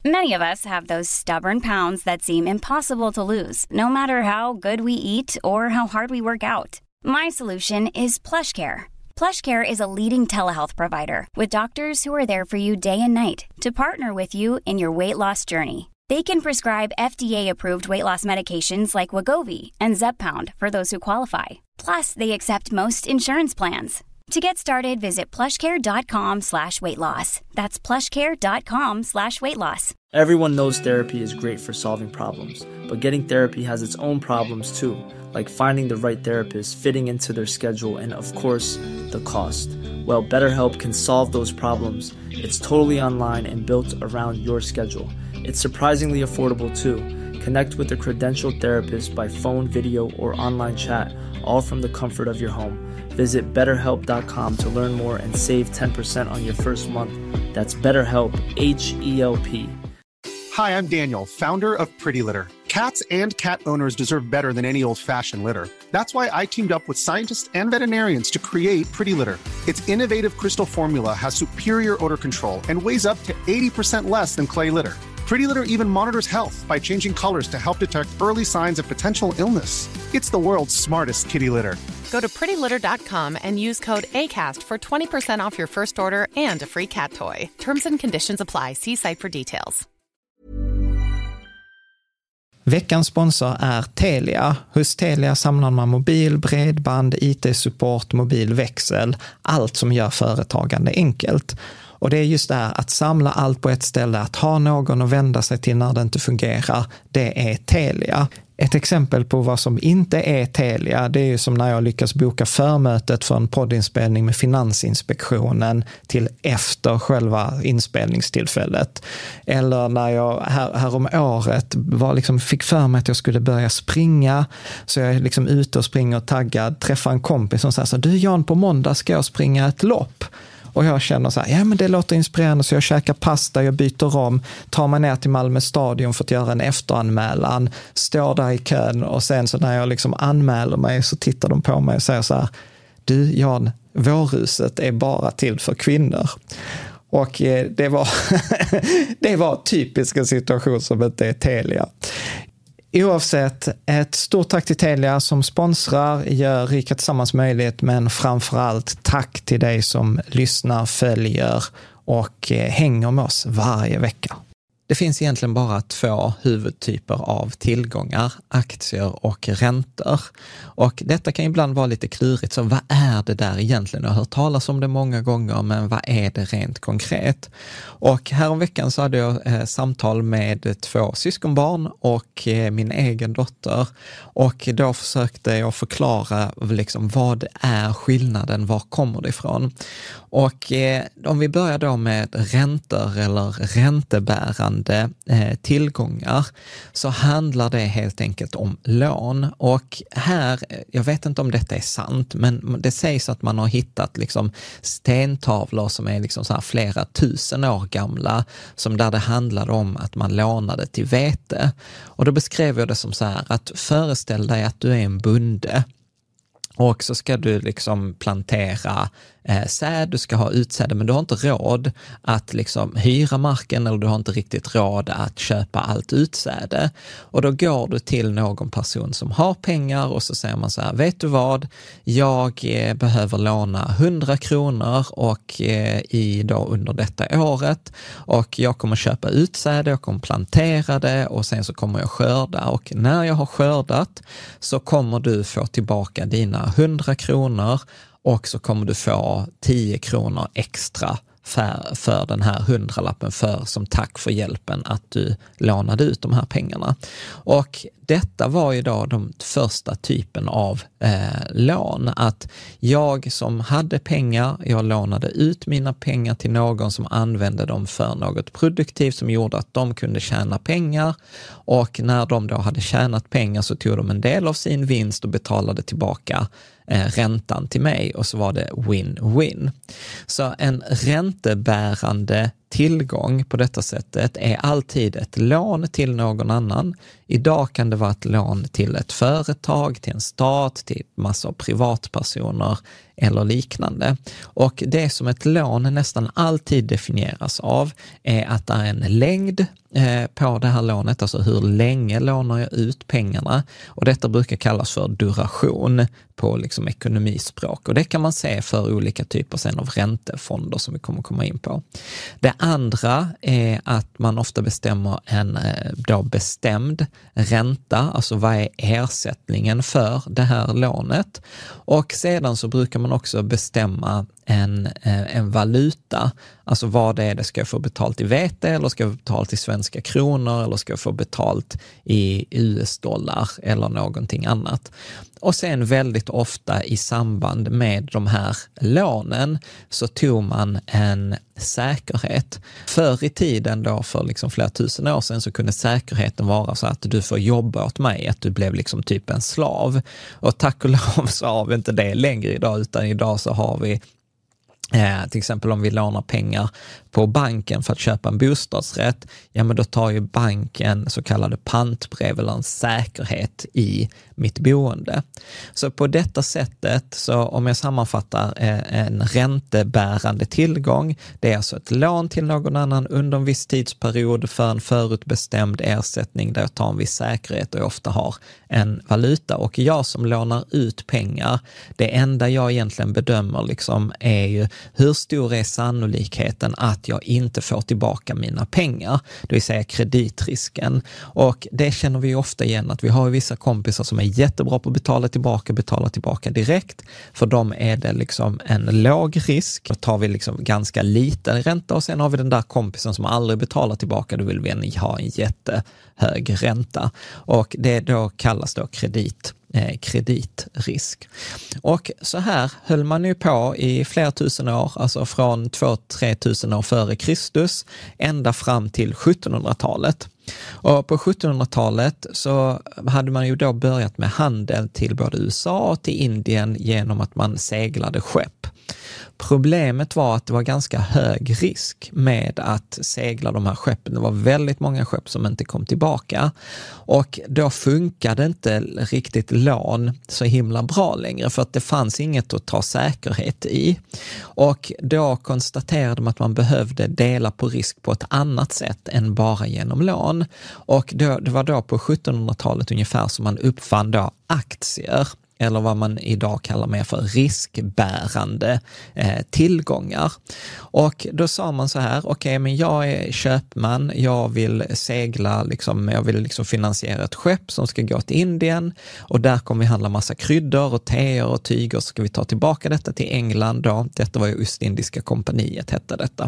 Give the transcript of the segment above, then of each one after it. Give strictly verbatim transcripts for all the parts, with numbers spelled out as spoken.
Many of us have those stubborn pounds that seem impossible to lose, no matter how good we eat or how hard we work out. My solution is PlushCare. PlushCare is a leading telehealth provider with doctors who are there for you day and night to partner with you in your weight loss journey. They can prescribe F D A-approved weight loss medications like Wegovy and Zepbound for those who qualify. Plus, they accept most insurance plans. To get started, visit plushcare.com slash weight loss. That's plushcare.com slash weight loss. Everyone knows therapy is great for solving problems, but getting therapy has its own problems too, like finding the right therapist, fitting into their schedule, and of course, the cost. Well, BetterHelp can solve those problems. It's totally online and built around your schedule. It's surprisingly affordable too. Connect with a credentialed therapist by phone, video, or online chat, all from the comfort of your home. Visit better help dot com to learn more and save ten percent on your first month. That's BetterHelp, H E L P. Hi, I'm Daniel, founder of Pretty Litter. Cats and cat owners deserve better than any old-fashioned litter. That's why I teamed up with scientists and veterinarians to create Pretty Litter. Its innovative crystal formula has superior odor control and weighs up to eighty percent less than clay litter. Pretty Litter even monitors health by changing colors to help detect early signs of potential illness. It's the world's smartest kitty litter. Go to pretty litter dot com and use code ACAST for twenty percent off your first order and a free cat toy. Terms and conditions apply. See site for details. Veckans sponsor är Telia. Hos Telia samlar man mobil, bredband, I T-support, mobilväxel, allt som gör företagande enkelt. Och det är just det här att samla allt på ett ställe, att ha någon att vända sig till när det inte fungerar, det är Telia. Ett exempel på vad som inte är Telia, det är ju som när jag lyckas boka förmötet för en poddinspelning med Finansinspektionen till efter själva inspelningstillfället. Eller när jag här, här om året var liksom, fick för mig att jag skulle börja springa, så jag är liksom ute och springer och taggad, träffar en kompis som säger så, du Jan, på måndag ska jag springa ett lopp. Och jag känner så här, ja men det låter inspirerande, så jag käkar pasta, jag byter om, tar mig ner till Malmö stadion för att göra en efteranmälan, står där i kön, och sen så när jag liksom anmäler mig så tittar de på mig och säger så här, du Jan, vårhuset är bara till för kvinnor. Och det var det var typisk en situation som inte är Telia. Oavsett, ett stort tack till Telia som sponsrar, gör Rika Tillsammans möjligt, men framförallt tack till dig som lyssnar, följer och hänger med oss varje vecka. Det finns egentligen bara två huvudtyper av tillgångar, aktier och räntor. Och detta kan ibland vara lite klurigt, så vad är det där egentligen? Jag har hört talas om det många gånger, men vad är det rent konkret? Och här om veckan så hade jag eh, samtal med två syskonbarn och eh, min egen dotter. Och då försökte jag förklara liksom, vad är skillnaden, var kommer det ifrån? Och eh, om vi börjar då med räntor eller räntebärande eh, tillgångar, så handlar det helt enkelt om lån. Och här, jag vet inte om detta är sant, men det sägs att man har hittat liksom stentavlor som är liksom så här flera tusen år gamla, som där det handlade om att man lånade till vete. Och då beskrev jag det som så här, att föreställ dig att du är en bonde. Och så ska du liksom plantera eh, säd, du ska ha utsäde, men du har inte råd att liksom hyra marken, eller du har inte riktigt råd att köpa allt utsäde. Och då går du till någon person som har pengar och så säger man så här, vet du vad, jag eh, behöver låna hundra kronor och eh, i då under detta året, och jag kommer köpa utsäde, jag kommer plantera det och sen så kommer jag skörda, och när jag har skördat så kommer du få tillbaka dina hundra kronor, och så kommer du få tio kronor extra för, för den här hundralappen för, som tack för hjälpen att du lånade ut de här pengarna. Och detta var ju då de första typen av eh, lån, att jag som hade pengar, jag lånade ut mina pengar till någon som använde dem för något produktivt som gjorde att de kunde tjäna pengar, och när de då hade tjänat pengar så tog de en del av sin vinst och betalade tillbaka eh, räntan till mig, och så var det win-win. Så en räntebärande tillgång på detta sättet är alltid ett lån till någon annan. Idag kan det vara ett lån till ett företag, till en stat, till massor av privatpersoner eller liknande. Och det som ett lån nästan alltid definieras av är att det är en längd på det här lånet, alltså hur länge lånar jag ut pengarna, och detta brukar kallas för duration på liksom ekonomispråk, och det kan man se för olika typer sen av räntefonder som vi kommer komma in på. Det andra är att man ofta bestämmer en då bestämd ränta, alltså vad är ersättningen för det här lånet, och sedan så brukar man också bestämma en, en valuta, alltså vad det är det ska få betalt i vete, eller ska få betalt i svenska kronor, eller ska få betalt i U S-dollar eller någonting annat. Och sen väldigt ofta i samband med de här lånen så tog man en säkerhet. Förr i tiden då, för liksom flera tusen år sedan, så kunde säkerheten vara så att du får jobba åt mig, att du blev liksom typ en slav. Och tack och lov så har vi inte det längre idag, utan idag så har vi Eh, till exempel om vi lånar pengar på banken för att köpa en bostadsrätt, ja men då tar ju banken så kallade pantbrev eller en säkerhet i mitt boende. Så på detta sättet, så om jag sammanfattar eh, en räntebärande tillgång, det är alltså ett lån till någon annan under en viss tidsperiod för en förutbestämd ersättning där jag tar en viss säkerhet och jag ofta har en valuta. Och jag som lånar ut pengar, det enda jag egentligen bedömer liksom är ju hur stor är sannolikheten att jag inte får tillbaka mina pengar, det vill säga kreditrisken. Och det känner vi ofta igen, att vi har vissa kompisar som är jättebra på att betala tillbaka, betala tillbaka direkt. För dem är det liksom en låg risk. Då tar vi liksom ganska liten ränta, och sen har vi den där kompisen som aldrig betalar tillbaka, då vill vi ha en jättehög ränta. Och det då kallas då kredit. Eh, kreditrisk. Och så här höll man ju på i flera tusen år, alltså från två till tre tusen år före Kristus ända fram till sjuttonhundratalet. Och på sjuttonhundratalet så hade man ju då börjat med handel till både U S A och till Indien genom att man seglade skepp. Problemet var att det var ganska hög risk med att segla de här skeppen. Det var väldigt många skepp som inte kom tillbaka, och då funkade inte riktigt lån så himla bra längre, för att det fanns inget att ta säkerhet i. Och då konstaterade man att man behövde dela på risk på ett annat sätt än bara genom lån. Och då, det var då på sjuttonhundratalet ungefär som man uppfann då aktier, eller vad man idag kallar mer för riskbärande eh, tillgångar. Och då sa man så här, okej, okay, men jag är köpman, jag vill segla, liksom, jag vill liksom finansiera ett skepp som ska gå till Indien, och där kommer vi handla massa kryddor och teer och tyger, så ska vi ta tillbaka detta till England då. Detta var ju Ostindiska kompaniet, hette detta.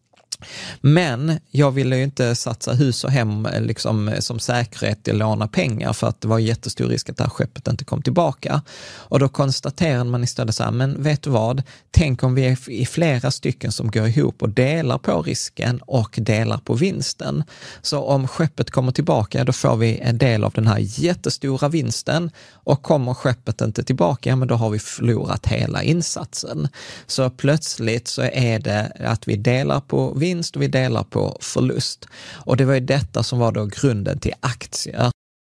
Men jag ville ju inte satsa hus och hem liksom, som säkerhet till att låna pengar, för att det var jättestor risk att det här skeppet inte kom tillbaka. Och då konstaterade man istället så här, men vet du vad, tänk om vi är i flera stycken som går ihop och delar på risken och delar på vinsten. Så om skeppet kommer tillbaka, då får vi en del av den här jättestora vinsten, och kommer skeppet inte tillbaka, ja, men då har vi förlorat hela insatsen. Så plötsligt så är det att vi delar på vinst och vi delar på förlust. Och det var ju detta som var då grunden till aktier.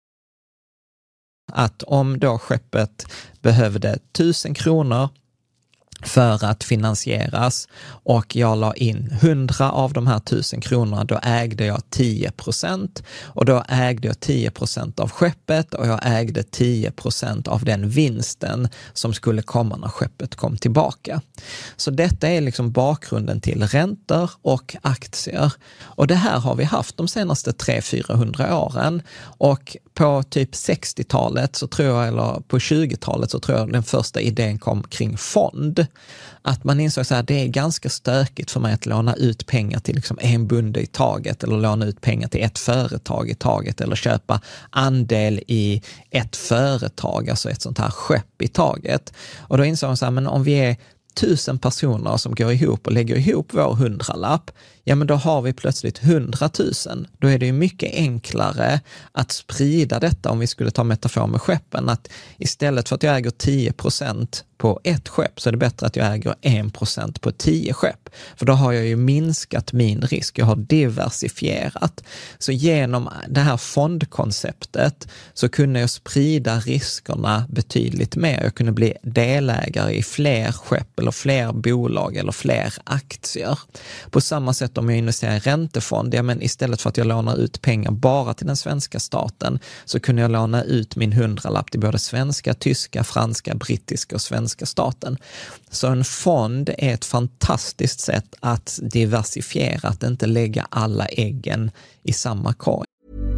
Att om då skeppet behövde tusen kronor för att finansieras, och jag la in hundra av de här tusen kronorna, då ägde jag tio procent, och då ägde jag tio procent av skeppet, och jag ägde tio procent av den vinsten som skulle komma när skeppet kom tillbaka. Så detta är liksom bakgrunden till räntor och aktier, och det här har vi haft de senaste tre till fyrahundra åren. Och på typ sextiotalet så tror jag, eller på tjugotalet så tror jag den första idén kom kring fond. Att man insåg så här, det är ganska stökigt för mig att låna ut pengar till liksom en bonde i taget, eller låna ut pengar till ett företag i taget, eller köpa andel i ett företag, alltså ett sånt här skepp i taget. Och då insåg man så här, men om vi är tusen personer som går ihop och lägger ihop vår hundralapp, ja men då har vi plötsligt hundratusen. Då är det ju mycket enklare att sprida detta, om vi skulle ta metafor med skeppen, att istället för att jag äger tio procent på på ett skepp så är det bättre att jag äger en procent på tio skepp. För då har jag ju minskat min risk, jag har diversifierat. Så genom det här fondkonceptet så kunde jag sprida riskerna betydligt mer. Jag kunde bli delägare i fler skepp eller fler bolag eller fler aktier. På samma sätt om jag investerar i räntefond, ja, men istället för att jag lånar ut pengar bara till den svenska staten så kunde jag låna ut min hundralapp till både svenska, tyska, franska, brittiska och svenska staten. Så en fond är ett fantastiskt sätt att diversifiera, att inte lägga alla äggen i samma korg.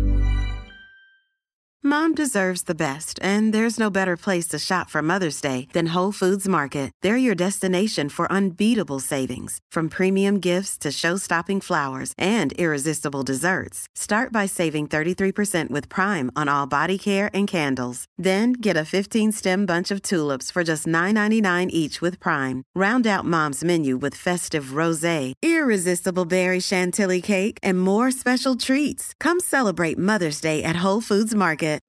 Mom deserves the best, and there's no better place to shop for Mother's Day than Whole Foods Market. They're your destination for unbeatable savings, from premium gifts to show-stopping flowers and irresistible desserts. Start by saving thirty-three percent with Prime on all body care and candles. Then get a fifteen-stem bunch of tulips for just nine ninety-nine each with Prime. Round out Mom's menu with festive rosé, irresistible berry chantilly cake, and more special treats. Come celebrate Mother's Day at Whole Foods Market.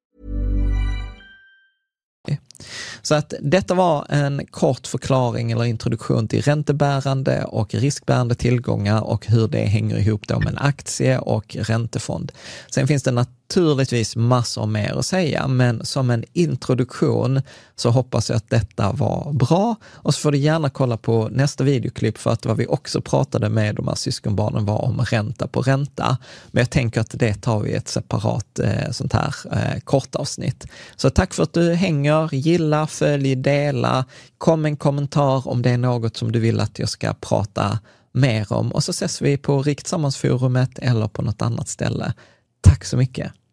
Så att detta var en kort förklaring eller introduktion till räntebärande och riskbärande tillgångar och hur det hänger ihop då med en aktie och räntefond. Sen finns det naturligtvis massor mer att säga, men som en introduktion så hoppas jag att detta var bra. Och så får du gärna kolla på nästa videoklipp, för att vad vi också pratade med de här syskonbarnen var om ränta på ränta. Men jag tänker att det tar vi ett separat eh, sånt här eh, kortavsnitt. Så tack för att du hänger, gilla, följ, dela, kom en kommentar om det är något som du vill att jag ska prata mer om. Och så ses vi på Rikt Sammansforumet eller på något annat ställe. Tack så mycket!